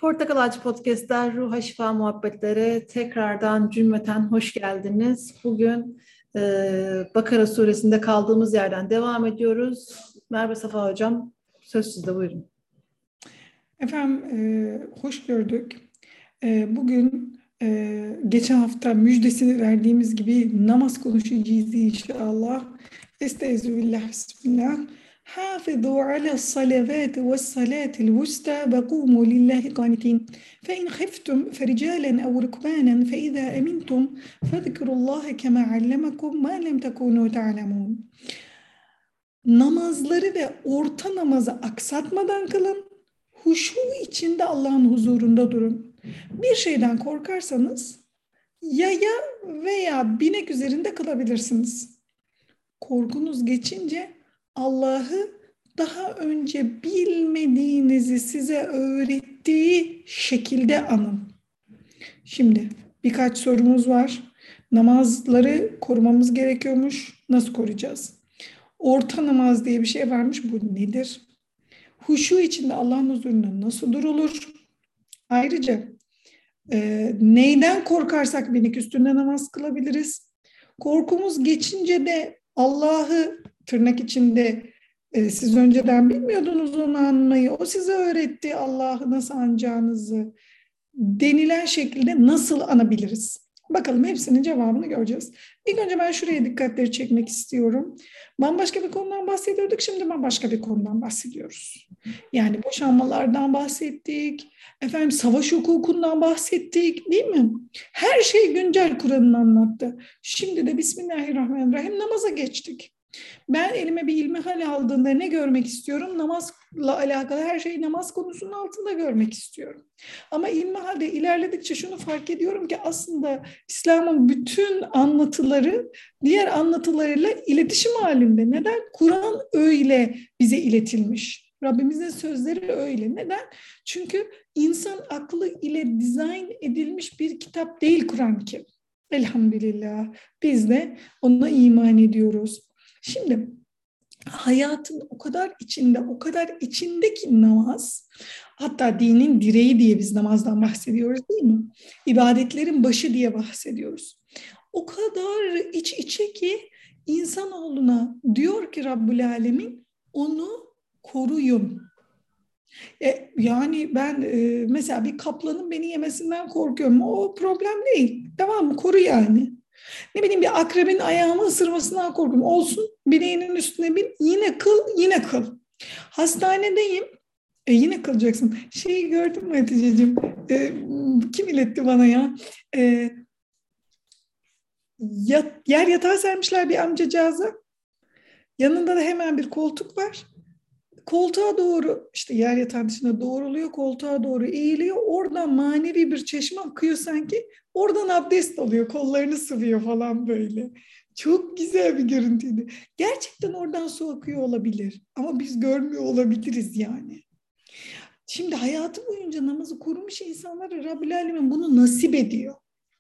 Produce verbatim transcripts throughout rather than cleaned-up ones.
Portakal Ağacı Podcast'ler, Ruha Şifa Muhabbetleri tekrardan cümleten hoş geldiniz. Bugün e, Bakara suresinde kaldığımız yerden devam ediyoruz. Merve Safa Hocam, söz sizde, buyurun. Efendim, e, hoş gördük. E, bugün e, geçen hafta müjdesini verdiğimiz gibi namaz konuşacağız inşallah. Estağfirullah, bismillah. Hafızu ala salavati ve salatil vusta ve kumu lillahi qanitin. Fe in khiftum fericalen ev rukbanen fe izâ emintum fezkurullaha kema allemakum ma lem tekunu ta'lemun. Namazları ve orta namazı aksatmadan kılın. Huşu içinde Allah'ın huzurunda durun. Bir şeyden korkarsanız yaya veya binek üzerinde kılabilirsiniz. Korkunuz geçince Allah'ı daha önce bilmediğinizi size öğrettiği şekilde anın. Şimdi birkaç sorumuz var. Namazları korumamız gerekiyormuş. Nasıl koruyacağız? Orta namaz diye bir şey varmış. Bu nedir? Huşu içinde Allah'ın huzurunda nasıl durulur? Ayrıca e, neyden korkarsak binik üstünde namaz kılabiliriz. Korkumuz geçince de Allah'ı tırnak içinde e, siz önceden bilmiyordunuz onu anmayı. O size öğretti Allah'ı nasıl anacağınızı denilen şekilde nasıl anabiliriz? Bakalım, hepsinin cevabını göreceğiz. İlk önce ben şuraya dikkatleri çekmek istiyorum. Bambaşka bir konudan bahsediyorduk, şimdi bambaşka bir konudan bahsediyoruz. Yani boşanmalardan bahsettik, efendim savaş hukukundan bahsettik, değil mi? Her şey güncel, Kur'an'ın anlattı. Şimdi de Bismillahirrahmanirrahim namaza geçtik. Ben elime bir ilmihal aldığımda ne görmek istiyorum? Namazla alakalı her şeyi namaz konusunun altında görmek istiyorum. Ama ilmihalde ilerledikçe şunu fark ediyorum ki aslında İslam'ın bütün anlatıları diğer anlatılarıyla iletişim halinde. Neden? Kur'an öyle bize iletilmiş. Rabbimizin sözleri öyle. Neden? Çünkü insan aklı ile dizayn edilmiş bir kitap değil Kur'an-ı Kerim. Elhamdülillah. Biz de ona iman ediyoruz. Şimdi hayatın o kadar içinde, o kadar içindeki namaz, hatta dinin direği diye biz namazdan bahsediyoruz, değil mi? İbadetlerin başı diye bahsediyoruz. O kadar iç içe ki insanoğluna diyor ki Rabbül Alemin, onu koruyun. E, yani ben e, mesela bir kaplanın beni yemesinden korkuyorum. O problem değil. Tamam mı? Koru yani. Ne bileyim, bir akrebin ayağımı ısırmasından korkuyorum. Olsun, bileğinin üstüne bin, yine kıl, yine kıl. Hastanedeyim, e, yine kılacaksın. Şeyi gördün mü Hatice'cim? E, kim iletti bana ya? E, yat, yer yatağı sermişler bir amcacığıza. Yanında da hemen bir koltuk var. Koltuğa doğru, işte yer yatağın dışına doğruluyor, koltuğa doğru eğiliyor. Oradan manevi bir çeşme akıyor sanki. Oradan abdest alıyor, kollarını sıvıyor falan böyle. Çok güzel bir görüntüydü. Gerçekten oradan su akıyor olabilir. Ama biz görmüyor olabiliriz yani. Şimdi hayatı boyunca namazı korumuş insanlara Rabbül Alemin bunu nasip ediyor.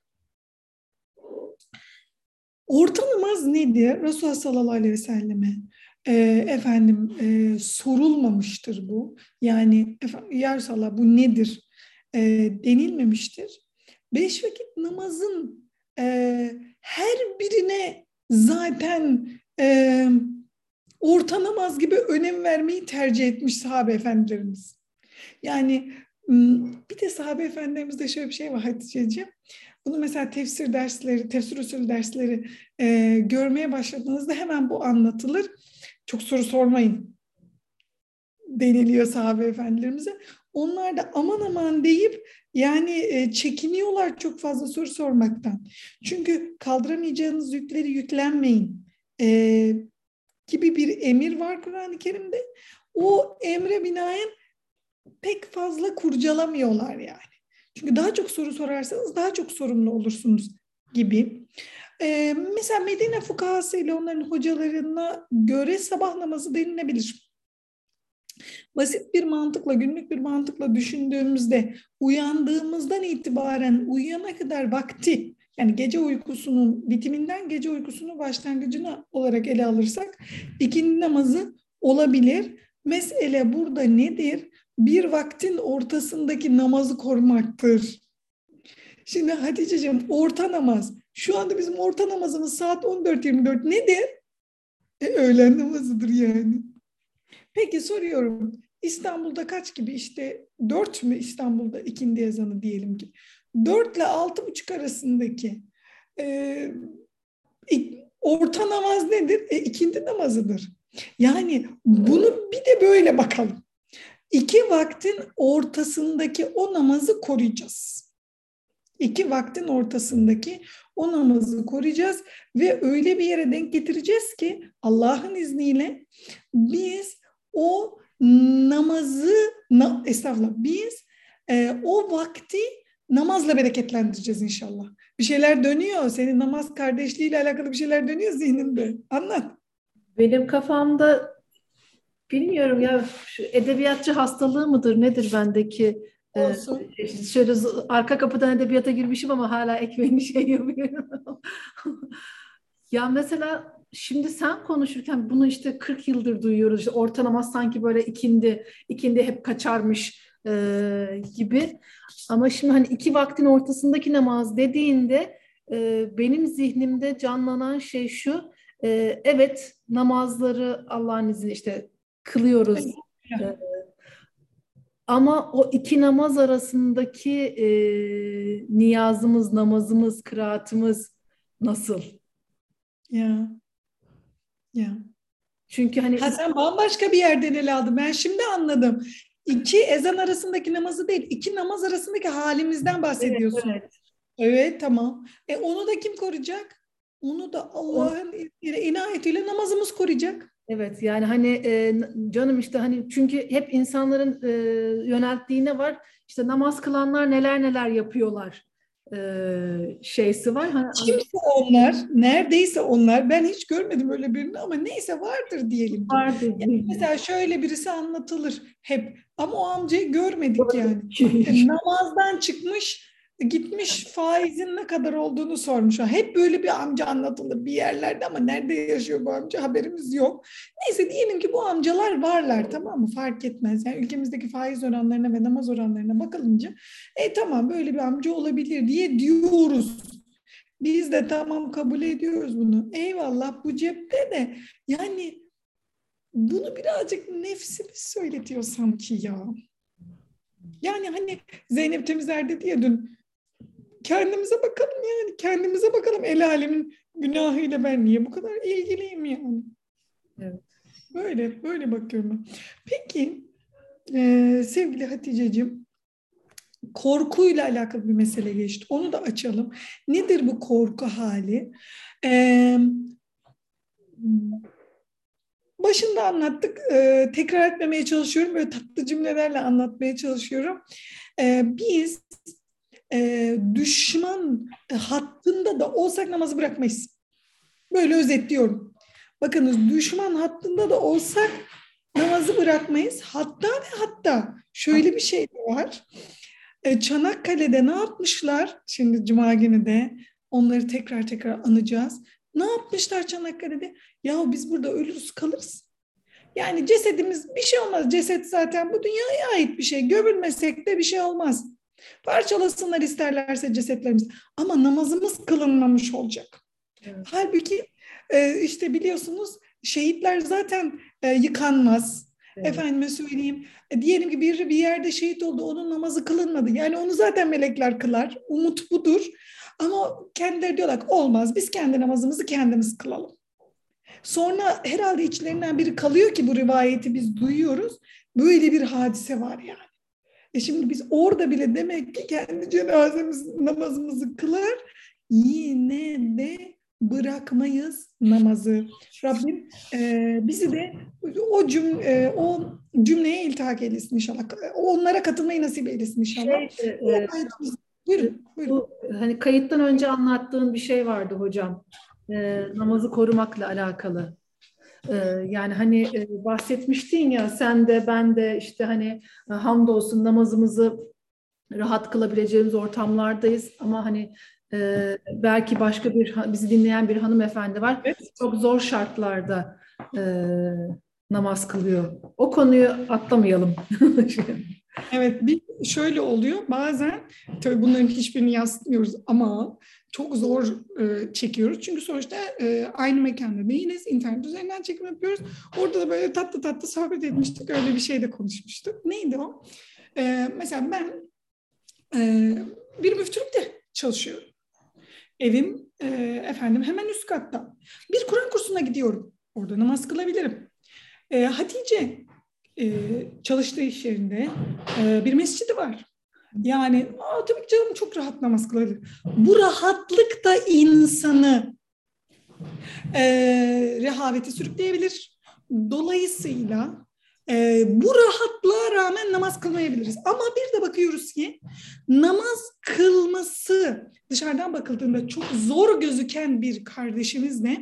Orta namaz nedir? Resulullah sallallahu aleyhi ve selleme e, efendim e, sorulmamıştır bu. Yani efendim, ya Resulallah bu nedir e, denilmemiştir. Beş vakit namazın e, her birine zaten e, orta namaz gibi önem vermeyi tercih etmiş sahabe efendilerimiz. Yani bir de sahabe efendilerimizde şöyle bir şey var Hatice'ciğim. Bunu mesela tefsir dersleri, tefsir usulü dersleri e, görmeye başladığınızda hemen bu anlatılır. Çok soru sormayın deniliyor sahabe efendilerimize. Onlar da aman aman deyip yani e, çekiniyorlar çok fazla soru sormaktan. Çünkü kaldıramayacağınız yükleri yüklenmeyin e, gibi bir emir var Kur'an-ı Kerim'de. O emre binaen pek fazla kurcalamıyorlar yani. Çünkü daha çok soru sorarsanız daha çok sorumlu olursunuz gibi. Ee, mesela Medine fukahası ile onların hocalarına göre sabah namazı denilebilir. Basit bir mantıkla, günlük bir mantıkla düşündüğümüzde uyandığımızdan itibaren uyuyana kadar vakti, yani gece uykusunun bitiminden gece uykusunun başlangıcına olarak ele alırsak ikindi namazı olabilir. Mesele burada nedir? bir vaktin ortasındaki namazı korumaktır. Şimdi Hatice'ciğim, orta namaz. Şu anda bizim orta namazımız saat on dört yirmi dört nedir? E, öğlen namazıdır yani. Peki soruyorum. İstanbul'da kaç gibi, işte dört mü İstanbul'da ikindi ezanı diyelim ki. Dört ile altı buçuk arasındaki e, orta namaz nedir? E, ikindi namazıdır. Yani bunu bir de böyle bakalım. İki vaktin ortasındaki o namazı koruyacağız. İki vaktin ortasındaki o namazı koruyacağız ve öyle bir yere denk getireceğiz ki Allah'ın izniyle biz o namazı, na, estağfurullah, biz e, o vakti namazla bereketlendireceğiz inşallah. Bir şeyler dönüyor. Senin namaz kardeşliğiyle alakalı bir şeyler dönüyor zihninde. Anlat. Benim kafamda bilmiyorum ya, şu edebiyatçı hastalığı mıdır nedir bendeki? Ee, Olsun. şöyle z- arka kapıdan edebiyata girmişim ama hala ekmeğini şey yapıyorum. Ya mesela şimdi sen konuşurken bunu işte kırk yıldır duyuyoruz. İşte orta namaz sanki böyle ikindi, ikindi hep kaçarmış e, gibi. Ama şimdi hani iki vaktin ortasındaki namaz dediğinde e, benim zihnimde canlanan şey şu. E, evet, namazları Allah'ın izniyle işte kılıyoruz. E, ama o iki namaz arasındaki e, niyazımız, namazımız, kıraatımız nasıl? Ya, ya. Çünkü hani Ha, sen bambaşka bir yerden ele aldın. Ben şimdi anladım. İki ezan arasındaki namazı değil, iki namaz arasındaki halimizden evet, bahsediyorsun. evet. Evet, tamam. E onu da kim koruyacak? Onu da On- Allah'ın izniyle, inayetiyle namazımız koruyacak. evet yani hani e, canım işte hani çünkü hep insanların e, yönelttiğine var. İşte namaz kılanlar neler neler yapıyorlar e, şeysi var. Hani Kimse onlar, neredeyse onlar, ben hiç görmedim öyle birini ama neyse vardır diyelim ki. vardı. Yani mesela şöyle birisi anlatılır hep ama o amcayı görmedik yani. İşte namazdan çıkmış, gitmiş faizin ne kadar olduğunu sormuş. Hep böyle bir amca anlatılır bir yerlerde ama nerede yaşıyor bu amca haberimiz yok. Neyse diyelim ki bu amcalar varlar, tamam mı? Fark etmez. Yani ülkemizdeki faiz oranlarına ve namaz oranlarına bakılınca e tamam böyle bir amca olabilir diye diyoruz. Biz de tamam kabul ediyoruz bunu. Eyvallah, bu cepte de yani bunu birazcık nefsimiz söyletiyor sanki ya. Yani hani Zeynep Temizer dedi ya dün, kendimize bakalım yani, kendimize bakalım, el alemin günahıyla ben niye bu kadar ilgiliyim yani. Evet. Böyle böyle bakıyorum ben. Peki e, sevgili Haticeciğim, korkuyla alakalı bir mesele geçti. Onu da açalım. Nedir bu korku hali? Ee, Başında anlattık. Ee, tekrar etmemeye çalışıyorum. Böyle tatlı cümlelerle anlatmaya çalışıyorum. Ee, biz e, düşman hattında da olsak namazı bırakmayız. Böyle özetliyorum. Bakınız, düşman hattında da olsak namazı bırakmayız. Hatta ve hatta şöyle bir şey de var. E, Çanakkale'de ne yapmışlar? Şimdi Cuma günü de onları tekrar tekrar anacağız. Ne yapmışlar Çanakkale'de? Ya biz burada ölürüz kalırız. Yani cesedimiz bir şey olmaz. Ceset zaten bu dünyaya ait bir şey. Gömülmesek de bir şey olmaz. Parçalasınlar isterlerse cesetlerimizi. Ama namazımız kılınmamış olacak. Evet. Halbuki e, işte biliyorsunuz şehitler zaten e, yıkanmaz. Evet. Efendime söyleyeyim, e, diyelim ki biri bir yerde şehit oldu, onun namazı kılınmadı. Yani onu zaten melekler kılar. Umut budur. Ama kendileri diyorlar ki olmaz, biz kendi namazımızı kendimiz kılalım. Sonra herhalde içlerinden biri kalıyor ki bu rivayeti biz duyuyoruz. Böyle bir hadise var yani. E şimdi biz orada bile demek ki kendi cenazemiz namazımızı kılar, yine de bırakmayız namazı. Rabbim e, bizi de o cüm e, o cümleye iltihak eylesin inşallah. Onlara katılmayı nasip eylesin inşallah. Şey, e, e, e, Buyurun, buyurun. bu hani kayıttan önce anlattığın bir şey vardı hocam. E, namazı korumakla alakalı. E, yani hani e, bahsetmiştin ya sen de ben de işte hani e, hamdolsun namazımızı rahat kılabileceğimiz ortamlardayız ama hani e, belki başka bir bizi dinleyen bir hanımefendi var. Evet. Çok zor şartlarda e, namaz kılıyor? O konuyu atlamayalım. Evet, bir şöyle oluyor. Bazen tabii bunların hiçbirini yansıtmıyoruz ama çok zor e, çekiyoruz. Çünkü sonuçta e, aynı mekanda değiliz. İnternet üzerinden çekim yapıyoruz. Orada da böyle tatlı tatlı sohbet etmiştik. Öyle bir şey de konuşmuştuk. Neydi o? E, mesela ben e, bir müftülükte çalışıyorum. Evim e, efendim hemen üst katta. Bir Kur'an kursuna gidiyorum. Orada namaz kılabilirim. E, Hatice e, çalıştığı iş yerinde e, bir mescidi var. Yani aa, tabii ki canım çok rahat namaz kılabilir. Bu rahatlık da insanı e, rehavete sürükleyebilir. Dolayısıyla e, bu rahatlığa rağmen namaz kılmayabiliriz. Ama bir de bakıyoruz ki namaz kılması dışarıdan bakıldığında çok zor gözüken bir kardeşimizle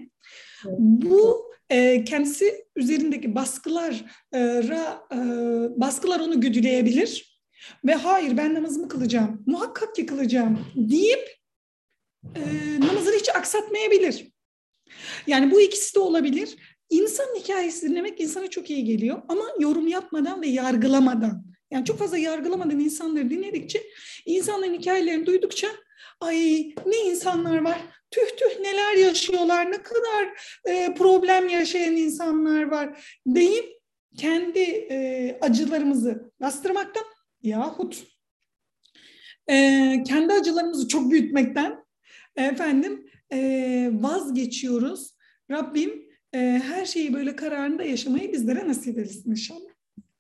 bu e, kendisi üzerindeki baskılara e, baskılar onu güdüleyebilir ve hayır ben namazımı kılacağım, muhakkak ki kılacağım deyip e, namazını hiç aksatmayabilir. Yani bu ikisi de olabilir. İnsanın hikayesi dinlemek insana çok iyi geliyor ama yorum yapmadan ve yargılamadan. Yani çok fazla yargılamadan insanları dinledikçe, insanların hikayelerini duydukça ay ne insanlar var, tüh tüh neler yaşıyorlar, ne kadar e, problem yaşayan insanlar var deyip kendi e, acılarımızı bastırmaktan yahut e, kendi acılarımızı çok büyütmekten efendim e, vazgeçiyoruz. Rabbim e, her şeyi böyle kararında yaşamayı bizlere nasip etsin inşallah.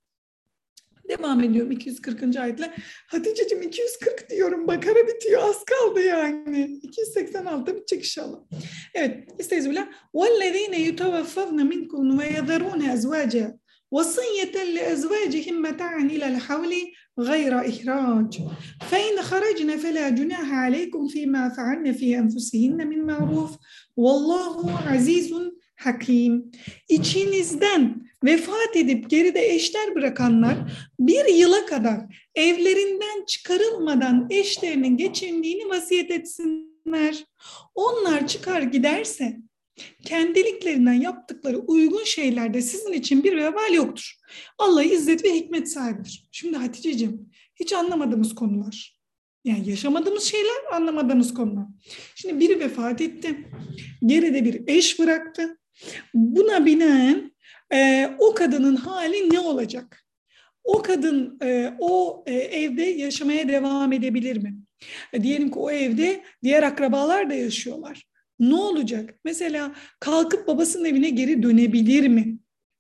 Devam ediyorum iki yüz kırkıncı ayetle. Hatice'cim iki yüz kırk diyorum. Bakara bitiyor. Az kaldı yani. iki yüz seksen altıda bitecek inşallah. Evet. Estağfirullah. وَالَّذ۪ينَ يُتَوَفَّوْنَ مِنْكُمْ وَيَذَرُونَ أَزْوَاجًا وَصِيَّةً لِأَزْوَاجِهِمْ مَتَاعًا إِلَى الْحَوْلِ غَيْرَ إِخْرَاجٍ فَإِنْ خَرَجْنَ فَلَا جُنَاحَ عَلَيْكُمْ فِيمَا فَعَلْنَ فِي أَنْفُسِهِنَّ مِنْ مَعْرُوفٍ وَاللّٰهُ عَز۪يزٌ hakim. İçinizden vefat edip geride eşler bırakanlar bir yıla kadar evlerinden çıkarılmadan eşlerinin geçindiğini vasiyet etsinler. Onlar çıkar giderse kendiliklerinden yaptıkları uygun şeylerde sizin için bir vebal yoktur. Allah izzet ve hikmet sahibidir. Şimdi Hatice'ciğim hiç anlamadığımız konular. Yani yaşamadığımız şeyler, anlamadığımız konular. Şimdi biri vefat etti. Geride bir eş bıraktı. Buna binaen e, o kadının hali ne olacak? O kadın e, o e, evde yaşamaya devam edebilir mi? E, diyelim ki o evde diğer akrabalar da yaşıyorlar. Ne olacak? Mesela kalkıp babasının evine geri dönebilir mi?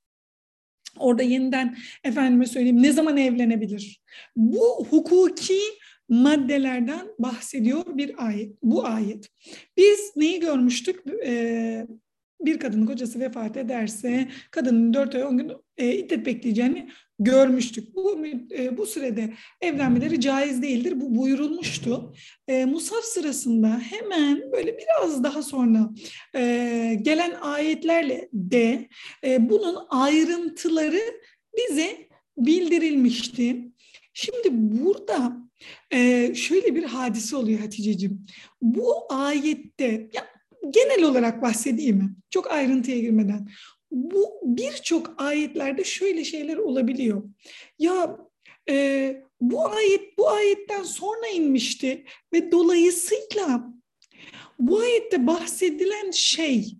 Orada yeniden efendime söyleyeyim ne zaman evlenebilir? Bu hukuki maddelerden bahsediyor bir ayet. Bu ayet. Biz neyi görmüştük? Ee, bir kadının kocası vefat ederse kadının dört ay on gün e, iddet bekleyeceğini görmüştük. Bu e, bu sürede evlenmeleri caiz değildir. Bu buyurulmuştu. E, Musaf sırasında hemen böyle biraz daha sonra e, gelen ayetlerle de e, bunun ayrıntıları bize bildirilmişti. Şimdi burada e, şöyle bir hadise oluyor Hatice'ciğim. Bu ayette ya, genel olarak bahsedeyim mi? Çok ayrıntıya girmeden. Bu birçok ayetlerde şöyle şeyler olabiliyor. Ya e, bu ayet bu ayetten sonra inmişti ve dolayısıyla bu ayette bahsedilen şey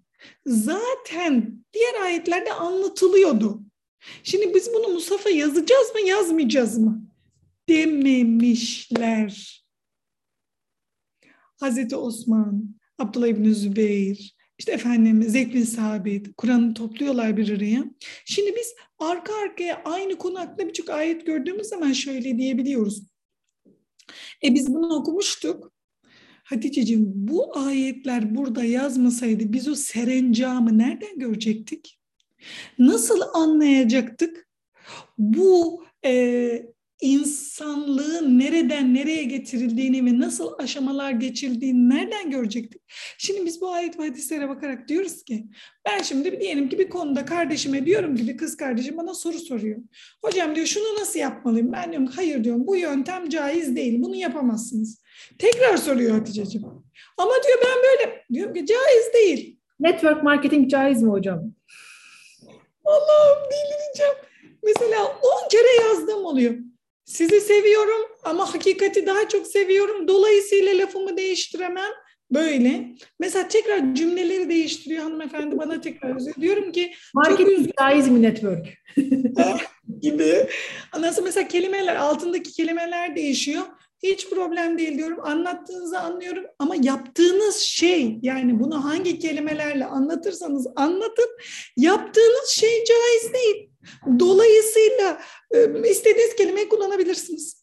zaten diğer ayetlerde anlatılıyordu. Şimdi biz bunu Musaf'a yazacağız mı, yazmayacağız mı? Dememişler. Hazreti Osman, Abdullah İbni Zübeyir, işte efendim Zeyd bin Sabit, Kur'an'ı topluyorlar bir araya. Şimdi biz arka arkaya aynı konu hakkında birçok ayet gördüğümüz zaman şöyle diyebiliyoruz. E biz bunu okumuştuk. Hatice'ciğim bu ayetler burada yazmasaydı biz o serencamı nereden görecektik? Nasıl anlayacaktık? Bu e, insanlığın nereden nereye getirildiğini ve nasıl aşamalar geçildiğini nereden görecektik? Şimdi biz bu ayet ve hadislere bakarak diyoruz ki ben şimdi diyelim ki bir konuda kardeşime diyorum ki bir kız kardeşim bana soru soruyor. Hocam diyor şunu nasıl yapmalıyım? Ben diyorum hayır diyorum bu yöntem caiz değil. Bunu yapamazsınız. Tekrar soruyor Hatice'ciğim. Ama diyor ben böyle diyorum ki caiz değil. Network marketing caiz mi hocam? Allah'ım delireceğim. Mesela on kere yazdığım oluyor. Sizi seviyorum ama hakikati daha çok seviyorum. Dolayısıyla lafımı değiştiremem. Böyle. Mesela tekrar cümleleri değiştiriyor hanımefendi, bana tekrar özür. Diyorum ki çok Marketing üzgün caiz mi network? gibi. Ondan sonra mesela kelimeler, altındaki kelimeler değişiyor. Hiç problem değil diyorum. Anlattığınızı anlıyorum ama yaptığınız şey, yani bunu hangi kelimelerle anlatırsanız anlatın, yaptığınız şey caiz değil. Dolayısıyla istediğiniz kelimeyi kullanabilirsiniz.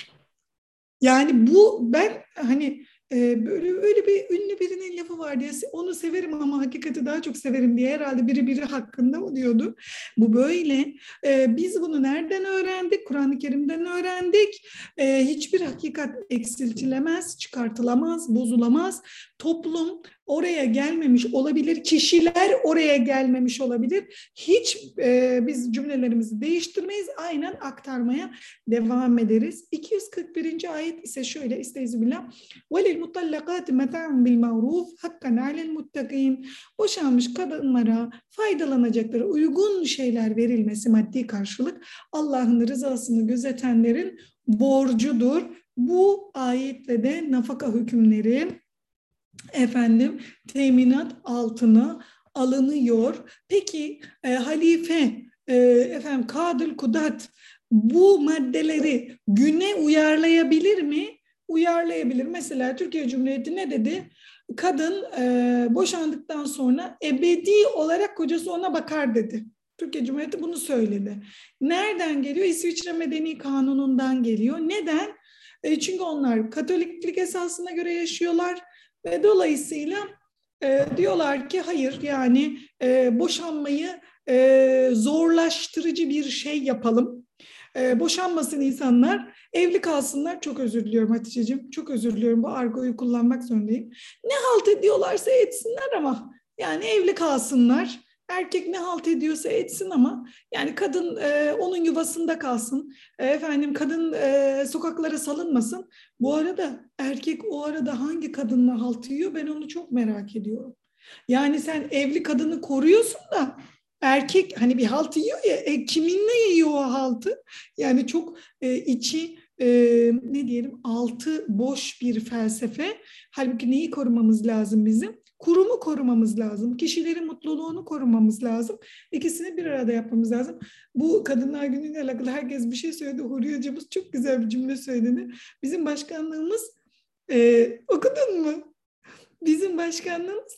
Yani bu, ben hani e, böyle öyle bir ünlü birinin lafı var diye, onu severim ama hakikati daha çok severim diye, herhalde biri biri hakkında mı diyordu. Bu böyle. E, biz bunu nereden öğrendik? Kur'an-ı Kerim'den öğrendik. E, hiçbir hakikat eksiltilemez, çıkartılamaz, bozulamaz. Toplum oraya gelmemiş olabilir, kişiler oraya gelmemiş olabilir. Hiç e, biz cümlelerimizi değiştirmeyiz, aynen aktarmaya devam ederiz. iki yüz kırk birinci ayet ise şöyle, estağfirullah. وَلِلْمُطَلَّقَاتِ مَتَاعٌ بِالْمَعْرُوفِ حَقًّا عَلَى الْمُتَّقِينَ. Boşanmış kadınlara faydalanacakları uygun şeyler verilmesi, maddi karşılık, Allah'ın rızasını gözetenlerin borcudur. Bu ayetle de nafaka hükümleri, efendim, teminat altına alınıyor. Peki e, halife, e, efendim, Kadıl Kudat bu maddeleri güne uyarlayabilir mi? Uyarlayabilir. Mesela Türkiye Cumhuriyeti ne dedi? Kadın e, boşandıktan sonra ebedi olarak kocası ona bakar dedi. Türkiye Cumhuriyeti bunu söyledi. Nereden geliyor? İsviçre Medeni Kanunu'ndan geliyor. Neden? E, çünkü onlar Katoliklik esasına göre yaşıyorlar ve dolayısıyla e, diyorlar ki hayır, yani e, boşanmayı e, zorlaştırıcı bir şey yapalım. E, boşanmasın insanlar, evli kalsınlar. Çok özür diliyorum Hatice'ciğim, çok özür diliyorum, bu argoyu kullanmak zorundayım. Ne halt ediyorlarsa etsinler ama yani evli kalsınlar. Erkek ne halt ediyorsa etsin ama yani kadın e, onun yuvasında kalsın. E, efendim kadın e, sokaklara salınmasın. Bu arada erkek o arada hangi kadınla halt yiyor, ben onu çok merak ediyorum. Yani sen evli kadını koruyorsun da erkek hani bir halt yiyor ya, e, kiminle yiyor o haltı? Yani çok e, içi e, ne diyelim, altı boş bir felsefe. Halbuki neyi korumamız lazım bizim? Kurumu korumamız lazım. Kişilerin mutluluğunu korumamız lazım. İkisini bir arada yapmamız lazım. Bu Kadınlar Günü'yle alakalı herkes bir şey söyledi. Huriye hocamız çok güzel bir cümle söyledi. Bizim başkanlığımız, e, okudun mu? Bizim başkanlığımız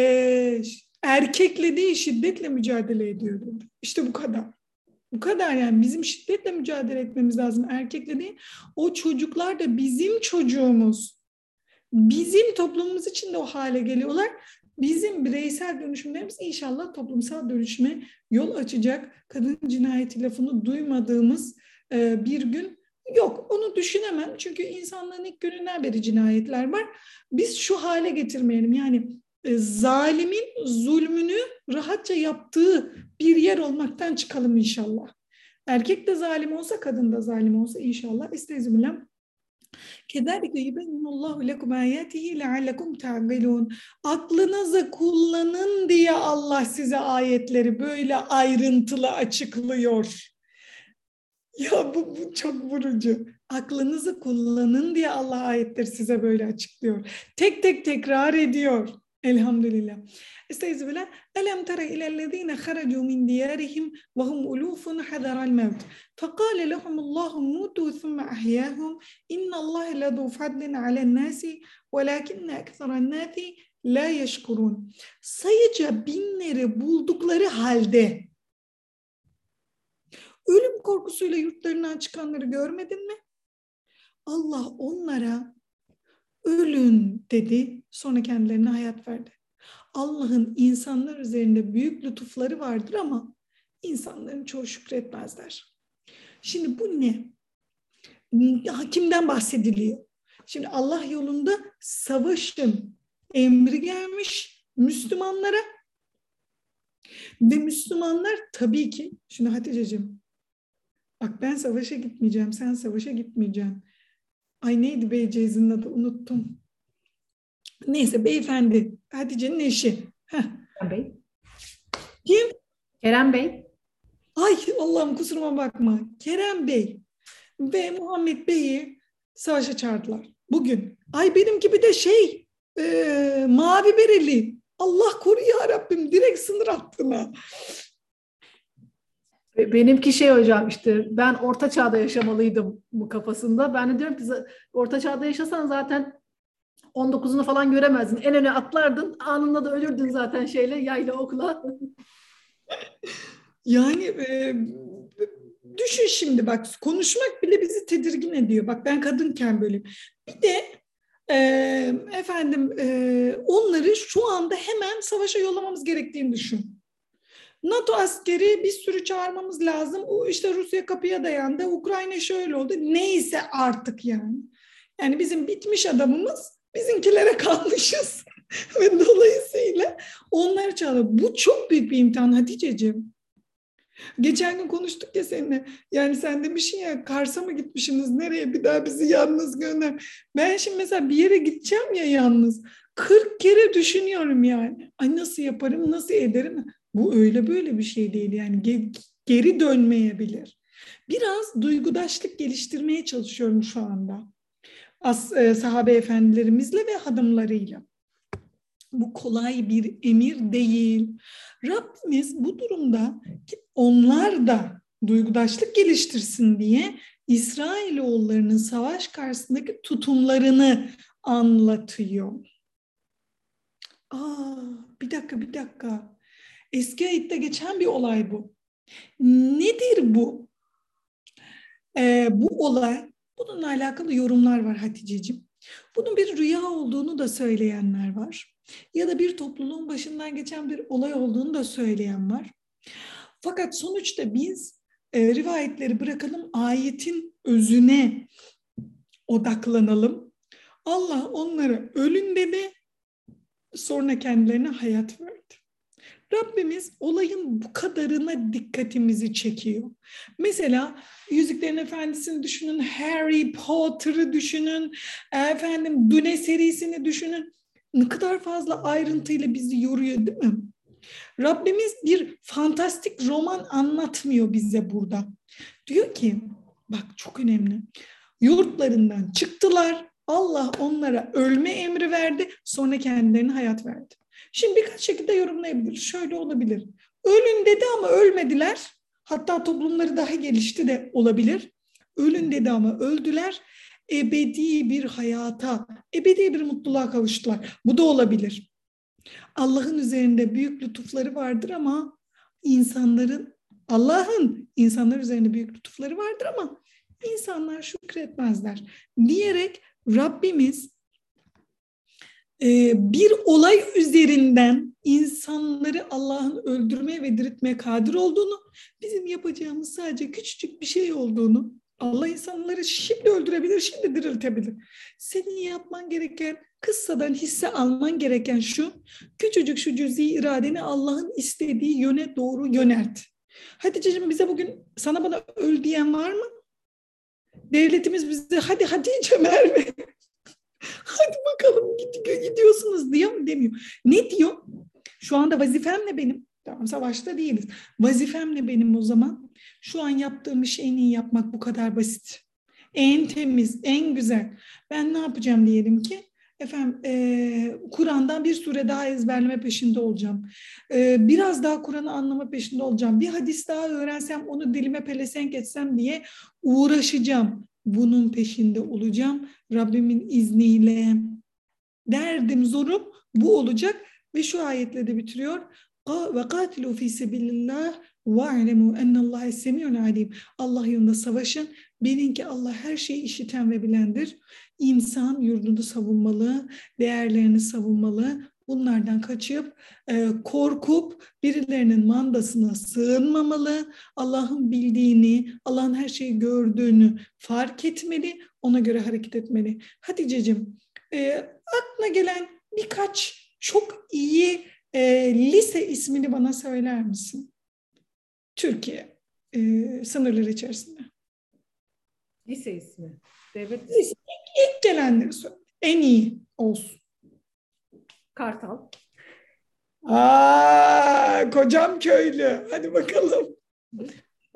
e, erkekle değil şiddetle mücadele ediyor dedi. İşte bu kadar. Bu kadar, yani bizim şiddetle mücadele etmemiz lazım, erkekle değil. O çocuklar da bizim çocuğumuz. Bizim toplumumuz için de o hale geliyorlar. Bizim bireysel dönüşümlerimiz inşallah toplumsal dönüşüme yol açacak. Kadın cinayeti lafını duymadığımız e, bir gün yok. Onu düşünemem. Çünkü insanlığın ilk gününden beri cinayetler var. Biz şu hale getirmeyelim. Yani e, zalimin zulmünü rahatça yaptığı bir yer olmaktan çıkalım inşallah. Erkek de zalim olsa, kadın da zalim olsa inşallah. Estağfirullah. Kezalike yubeyyinullahu lekum ayatihi leallekum ta'qilun. Aklınızı kullanın diye Allah size ayetleri böyle ayrıntılı açıklıyor. Ya bu, bu çok vurucu. Aklınızı kullanın diye Allah ayetleri size böyle açıklıyor. Tek tek tekrar ediyor. Elhamdülillah. Estağfirullah. Elem tara ilellezine haracu min diyarihim ve hum ulufun hadaral mevt. Fekale lehumullahu mutu thumma ahyahum. İnnallâhe ledû fadlin alen nâsi velâkinne ekseran nâsi la yeşkurun. Sayıca binleri buldukları halde ölüm korkusuyla yurtlarından çıkanları görmedin mi? Allah onlara ölün dedi, sonra kendilerine hayat verdi. Allah'ın insanlar üzerinde büyük lütufları vardır ama insanların çoğu şükretmezler. Şimdi bu ne? Kimden bahsediliyor? Şimdi Allah yolunda savaşın emri gelmiş Müslümanlara ve Müslümanlar tabii ki, şimdi Hatice'cim, bak ben savaşa gitmeyeceğim, sen savaşa gitmeyeceksin. Ay neydi beyceğizinin adı, unuttum. Neyse, beyefendi, Hatice'nin eşi. Heh. Kerem Bey. Kim? Kerem Bey. Ay Allah'ım kusuruma bakma. Kerem Bey ve Muhammed Bey'i savaşa çağırdılar. Bugün. Ay benim gibi de şey e, mavi bereli. Allah koru ya Rabbim direkt sınır hattına. Benimki şey hocam, işte ben orta çağda yaşamalıydım bu kafasında. Ben de diyorum ki orta çağda yaşasan zaten on dokuzunu falan göremezdin. En öne atlardın, anında da ölürdün zaten şeyle, yayla okla. Yani e, düşün şimdi bak konuşmak bile bizi tedirgin ediyor. Bak ben kadınken böyleyim. Bir de e, efendim e, onları şu anda hemen savaşa yollamamız gerektiğini düşün. NATO askeri bir sürü çağırmamız lazım. O işte Rusya kapıya dayandı. Ukrayna şöyle oldu. Neyse artık yani. Yani bizim bitmiş adamımız bizimkilere kalmışız. Ve dolayısıyla onları çağırıyor. Bu çok büyük bir imtihan Haticeciğim. Geçen gün konuştuk ya seninle. Yani sen demişsin ya Kars'a mı gitmişsiniz? Nereye? Bir daha bizi yalnız gönder. Ben şimdi mesela bir yere gideceğim ya yalnız. kırk kere düşünüyorum yani. Ay nasıl yaparım? Nasıl ederim? Bu öyle böyle bir şey değil yani. Geri dönmeyebilir. Biraz duygudaşlık geliştirmeye çalışıyorum şu anda. As, e, sahabe efendilerimizle ve hanımlarıyla. Bu kolay bir emir değil. Rabbimiz bu durumda onlar da duygudaşlık geliştirsin diye İsrailoğullarının savaş karşısındaki tutumlarını anlatıyor. Aa, bir dakika bir dakika. Eski ayette geçen bir olay bu. Nedir bu? Ee, bu olay, bununla alakalı yorumlar var Haticeciğim. Bunun bir rüya olduğunu da söyleyenler var. Ya da bir topluluğun başından geçen bir olay olduğunu da söyleyen var. Fakat sonuçta biz e, rivayetleri bırakalım, ayetin özüne odaklanalım. Allah onlara ölün dedi, sonra kendilerine hayat verdi. Rabbimiz olayın bu kadarına dikkatimizi çekiyor. Mesela Yüzüklerin Efendisi'ni düşünün, Harry Potter'ı düşünün, efendim Dune serisini düşünün. Ne kadar fazla ayrıntıyla bizi yoruyor değil mi? Rabbimiz bir fantastik roman anlatmıyor bize burada. Diyor ki, bak çok önemli. Yurtlarından çıktılar, Allah onlara ölme emri verdi, sonra kendilerine hayat verdi. Şimdi birkaç şekilde yorumlayabilir. Şöyle olabilir. Ölün dedi ama ölmediler. Hatta toplumları daha gelişti de olabilir. Ölün dedi ama öldüler. Ebedi bir hayata, ebedi bir mutluluğa kavuştular. Bu da olabilir. Allah'ın üzerinde büyük lütufları vardır ama insanların, Allah'ın insanlar üzerinde büyük lütufları vardır ama insanlar şükretmezler diyerek Rabbimiz bir olay üzerinden insanları Allah'ın öldürmeye ve diriltmeye kadir olduğunu, bizim yapacağımız sadece küçücük bir şey olduğunu, Allah insanları şimdi öldürebilir, şimdi diriltebilir. Senin yapman gereken, kıssadan hisse alman gereken şu, küçücük şu cüz'i iradeni Allah'ın istediği yöne doğru yönelt. Haticeciğim bize bugün sana bana öl diyen var mı? Devletimiz bize hadi Hatice Merve hadi bakalım gidiyorsunuz diyor mu demiyor. Ne diyor? Şu anda vazifem ne benim? Tamam savaşta değiliz. Vazifem ne benim o zaman? Şu an yaptığım işi en iyi yapmak bu kadar basit. En temiz, en güzel. Ben ne yapacağım diyelim ki? Efendim e, Kur'an'dan bir sure daha ezberleme peşinde olacağım. E, biraz daha Kur'an'ı anlama peşinde olacağım. Bir hadis daha öğrensem onu dilime pelesenk etsem diye uğraşacağım. Bunun peşinde olacağım. Rabbimin izniyle. Derdim zorum bu olacak ve şu ayetle de bitiriyor. Ve katilu fi sebilillah ve alemu ennallaha semiyun alim. Allah yolunda savaşın. Bilin ki Allah her şeyi işiten ve bilendir. İnsan yurdunu savunmalı, değerlerini savunmalı. Bunlardan kaçıp, e, korkup birilerinin mandasına sığınmamalı. Allah'ın bildiğini, Allah'ın her şeyi gördüğünü fark etmeli. Ona göre hareket etmeli. Haticeciğim, e, aklına gelen birkaç çok iyi e, lise ismini bana söyler misin? Türkiye e, sınırları içerisinde. Lise ismi. Devlet Lise, ilk gelenleri söyle. En iyi olsun. Kartal. Aa, kocam köylü. Hadi bakalım.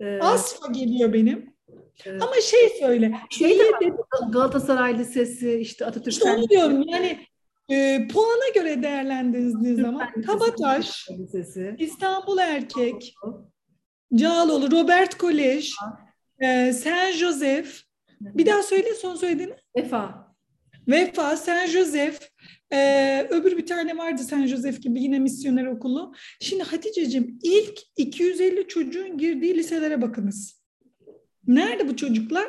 Asfa geliyor benim. e, Ama şey söyle. şey de iyi var. dedi. Galatasaray Lisesi, işte Atatürk İşte Fen onu diyorum. Yani e, puana göre değerlendirdiğiniz Türk zaman Fen Lisesi, Kabataş, Galatasaray Lisesi. İstanbul Erkek, Cağaloğlu, Robert Kolej, e, Saint Joseph. Bir daha söyle son söylediğini. Vefa. Vefa, Saint Joseph, e, öbür bir tane vardı Saint Joseph gibi yine misyoner okulu. Şimdi Hatice'cim ilk iki yüz elli çocuğun girdiği liselere bakınız. Nerede bu çocuklar?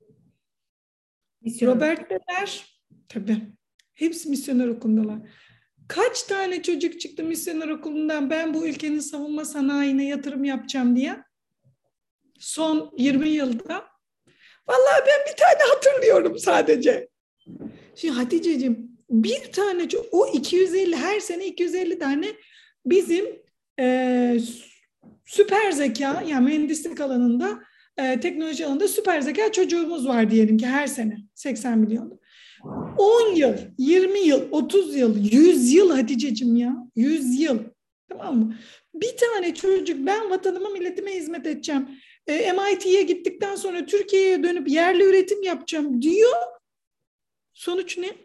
Misyoner. Robert Beder, tabii. Hepsi misyoner okulundalar. Kaç tane çocuk çıktı misyoner okulundan ben bu ülkenin savunma sanayine yatırım yapacağım diye? Son yirmi yılda. Vallahi ben bir tane hatırlıyorum sadece. Şimdi Hatice'cim bir tane o iki yüz elli her sene iki yüz elli tane bizim e, süper zeka yani mühendislik alanında e, teknoloji alanında süper zeka çocuğumuz var diyelim ki her sene seksen milyon. on yıl, yirmi yıl, otuz yıl, yüz yıl Hatice'cim ya. yüz yıl. Tamam mı? Bir tane çocuk ben vatanıma milletime hizmet edeceğim. E, M I T'ye gittikten sonra Türkiye'ye dönüp yerli üretim yapacağım diyor. Sonuç ne?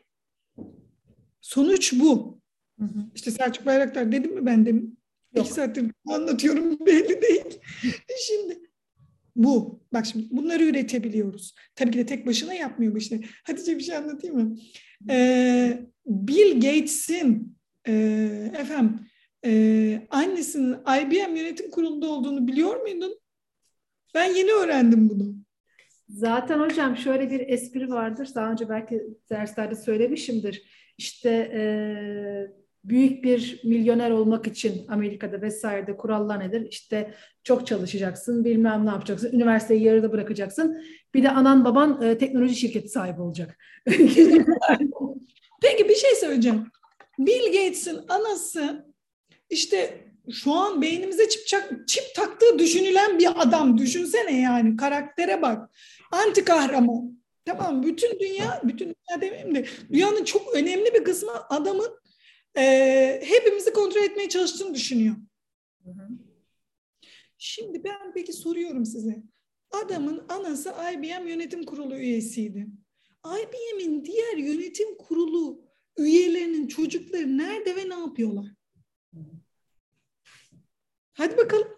Sonuç bu. Hı hı. İşte Selçuk Bayraktar dedim mi ben demin? Yok. İki saattir anlatıyorum belli değil. Şimdi bu. Bak şimdi bunları üretebiliyoruz. Tabii ki de tek başına yapmıyor bu işleri. Hatice bir şey anlatayım mı? Ee, Bill Gates'in e, efendim e, annesinin I B M yönetim kurulunda olduğunu biliyor muydun? Ben yeni öğrendim bunu. Zaten hocam şöyle bir espri vardır. Daha önce belki derslerde söylemişimdir. İşte e, büyük bir milyoner olmak için Amerika'da vesairede kurallar nedir? İşte çok çalışacaksın, bilmem ne yapacaksın, üniversiteyi yarıda bırakacaksın. Bir de anan baban e, teknoloji şirketi sahibi olacak. Peki bir şey söyleyeceğim. Bill Gates'in anası işte şu an beynimize çip, çip taktığı düşünülen bir adam. Düşünsene yani karaktere bak. Anti kahraman. Tamam bütün dünya, bütün dünya demeyeyim de dünyanın çok önemli bir kısmı adamın e, hepimizi kontrol etmeye çalıştığını düşünüyor. Hı hı. Şimdi ben peki soruyorum size. Adamın anası I B M yönetim kurulu üyesiydi. I B M'in diğer yönetim kurulu üyelerinin çocukları nerede ve ne yapıyorlar? Hadi bakalım.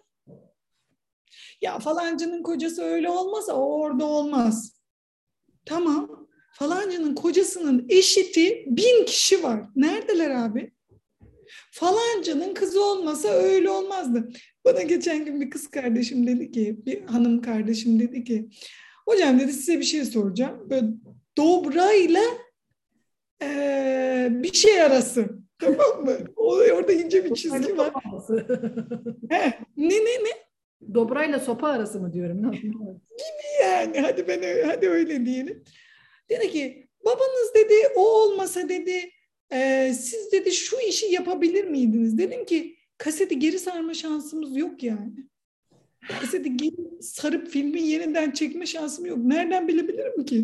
Ya falancının kocası öyle olmasa o orada olmaz. Tamam. Falancının kocasının eşiti bin kişi var. Neredeler abi? Falancının kızı olmasa öyle olmazdı. Bana geçen gün bir kız kardeşim dedi ki, bir hanım kardeşim dedi ki, hocam dedi size bir şey soracağım. Böyle dobrayla ee, bir şey arası. Tamam mı? Orada ince bir çizgi var. He, ne ne ne? Dobrayla sopa arası mı diyorum? Yani hadi ben hadi öyle diyelim. Dedi ki babanız dedi o olmasa dedi e, siz dedi şu işi yapabilir miydiniz? Dedim ki kaseti geri sarma şansımız yok yani. Kaseti geri sarıp filmi yeniden çekme şansım yok. Nereden bilebilirim ki?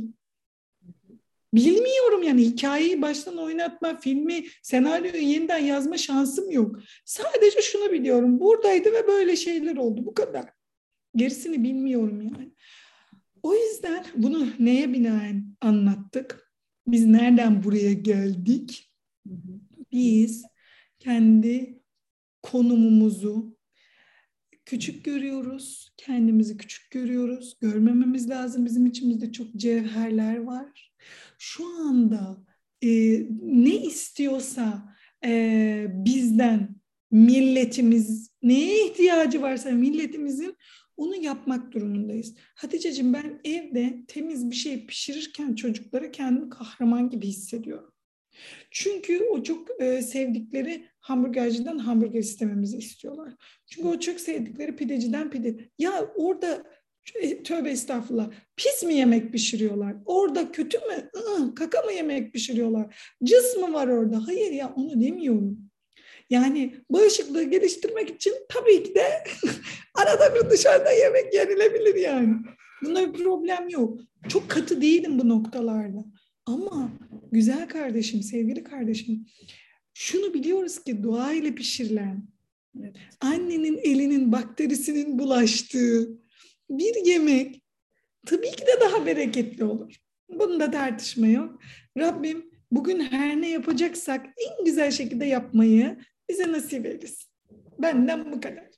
Bilmiyorum yani hikayeyi baştan oynatma, filmi, senaryoyu yeniden yazma şansım yok. Sadece şunu biliyorum. Buradaydı ve böyle şeyler oldu. Bu kadar. Gerisini bilmiyorum yani. O yüzden bunu neye binaen anlattık? Biz nereden buraya geldik? Biz kendi konumumuzu küçük görüyoruz, kendimizi küçük görüyoruz. Görmememiz lazım. Bizim içimizde çok cevherler var. Şu anda e, ne istiyorsa e, bizden milletimiz, neye ihtiyacı varsa milletimizin onu yapmak durumundayız. Haticeciğim ben evde temiz bir şey pişirirken çocuklara kendimi kahraman gibi hissediyorum. Çünkü o çok e, sevdikleri hamburgerciden hamburger istememizi istiyorlar. Çünkü o çok sevdikleri pideciden pide. Ya orada tövbe estağfurullah pis mi yemek pişiriyorlar? Orada kötü mü? Iı, kaka mı yemek pişiriyorlar? Cız mı var orada? Hayır ya onu demiyorum. Yani bağışıklığı geliştirmek için tabii ki de arada bir dışarıda yemek yenilebilir yani. Bunda bir problem yok. Çok katı değilim bu noktalarda. Ama güzel kardeşim, sevgili kardeşim, şunu biliyoruz ki dua ile pişirilen, evet, annenin elinin bakterisinin bulaştığı, bir yemek tabii ki de daha bereketli olur. Bunda tartışma yok. Rabbim bugün her ne yapacaksak en güzel şekilde yapmayı bize nasip eylesin. Benden bu kadar.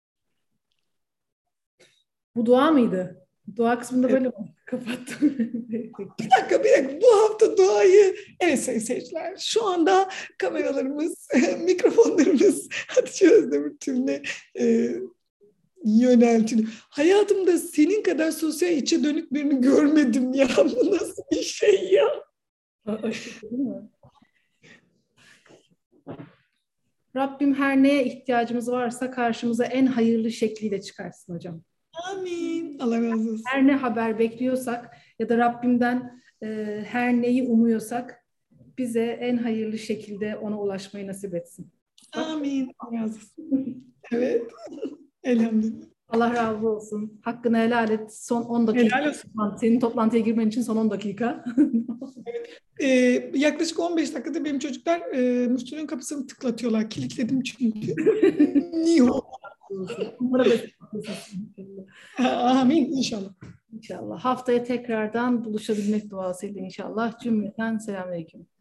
Bu dua mıydı? Dua kısmında Evet. böyle mi kapattım? Bir dakika, bir dakika. Bu hafta duayı, evet sayın seyirciler, şu anda kameralarımız, mikrofonlarımız Hatice Özdemir Tülün'e e, yöneltiliyor. Hayatımda senin kadar sosyal içe dönük birini görmedim ya. Bu nasıl bir şey ya? Aşırı değil mi? Rabbim her neye ihtiyacımız varsa karşımıza en hayırlı şekliyle çıkarsın hocam. Amin. Allah razı olsun. Her ne haber bekliyorsak ya da Rabbimden e, her neyi umuyorsak bize en hayırlı şekilde ona ulaşmayı nasip etsin. Bak, Amin. Allah razı olsun. Evet. Elhamdülillah. Allah razı olsun. Hakkını helal et. Son on dakika. Helal olsun. Senin toplantıya girmen için son on dakika. Ee, yaklaşık on beş dakikada benim çocuklar e, müftünün kapısını tıklatıyorlar. Kilitledim çünkü. Niho. Umarım da- Amin inşallah. İnşallah. Haftaya tekrardan buluşabilmek duasıyla inşallah. Cümleten selamünaleyküm.